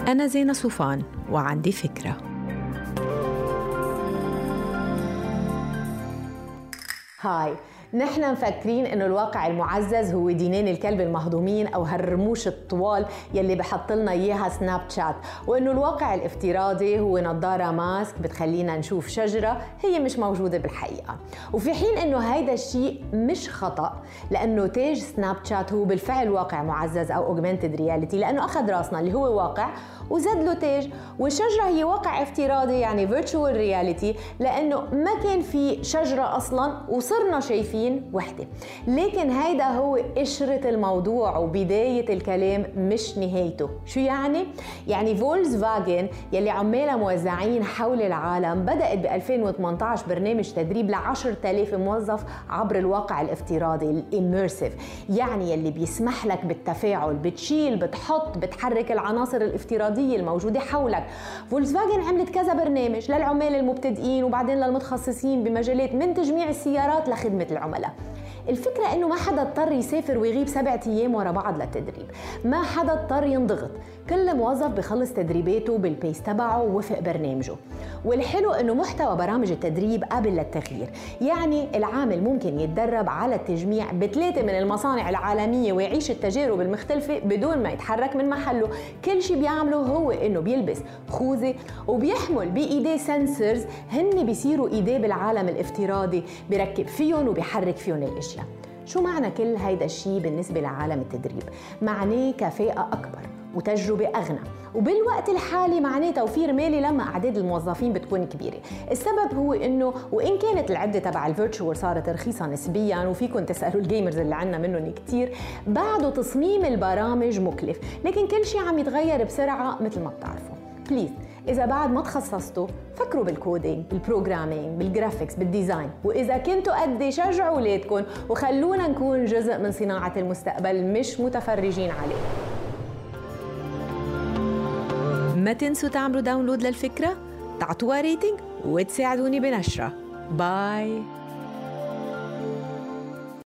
أنا زينة صوفان وعندي فكرة. هاي، نحن مفكرين انه الواقع المعزز هو دينين الكلب المهضومين او هالرموش الطوال يلي بحط لنا اياها سناب شات، وانه الواقع الافتراضي هو نظارة ماسك بتخلينا نشوف شجرة هي مش موجودة بالحقيقة. وفي حين انه هيدا الشيء مش خطأ، لانه تاج سناب شات هو بالفعل واقع معزز او اوجمانتد رياليتي، لانه اخذ راسنا اللي هو واقع وزاد له تاج، والشجرة هي واقع افتراضي يعني فيرتشوال رياليتي، لانه ما كان في شجرة اصلا وصرنا شايفين وحده. لكن هيدا هو قشرة الموضوع وبداية الكلام مش نهايته. شو يعني؟ يعني فولكسفاجن يلي عمالها موزعين حول العالم بدأت ب 2018 برنامج تدريب ل 10,000 موظف عبر الواقع الافتراضي الاميرسيف، يعني يلي بيسمح لك بالتفاعل، بتشيل بتحط بتحرك العناصر الافتراضية الموجودة حولك. فولكسفاجن عملت كذا برنامج للعمال المبتدئين وبعدين للمتخصصين بمجالات من تجميع السيارات لخدمة العملاء. الفكرة انه ما حدا اضطر يسافر ويغيب 7 ايام ورا بعض للتدريب، ما حدا اضطر ينضغط، كل موظف بخلص تدريباته بالبيس تبعه ووفق برنامجه. والحلو انه محتوى برامج التدريب قابل للتغيير، يعني العامل ممكن يتدرب على التجميع ب3 من المصانع العالمية ويعيش التجارب المختلفة بدون ما يتحرك من محله. كل شيء بيعمله هو انه بيلبس خوذة وبيحمل بايديه سنسرز هن بيصيروا ايديه بالعالم الافتراضي، بيركب فيهم وبيحرك فيهم الاشياء. شو معنى كل هيدا الشيء بالنسبة لعالم التدريب؟ معناه كفاءة أكبر وتجربة أغنى، وبالوقت الحالي معناه توفير مالي لما أعداد الموظفين بتكون كبيرة. السبب هو إنه وإن كانت العدة تبع الفيرتشوال صارت رخيصة نسبياً، وفيكم تسألوا الجيمرز اللي عنا منهم كتير، بعده تصميم البرامج مكلف، لكن كل شيء عم يتغير بسرعة مثل ما بتعرفوا. بليز إذا بعد ما تخصصتوا فكروا بالكودينج، بالبروجرامينج، بالجرافيكس، بالديزاين، وإذا كنتوا قدي شجعوا أولادكم وخلونا نكون جزء من صناعة المستقبل مش متفرجين عليه. ما تنسوا تعملوا داونلود للفكرة، تعطوها ريتنج وتساعدوني بنشرة. باي.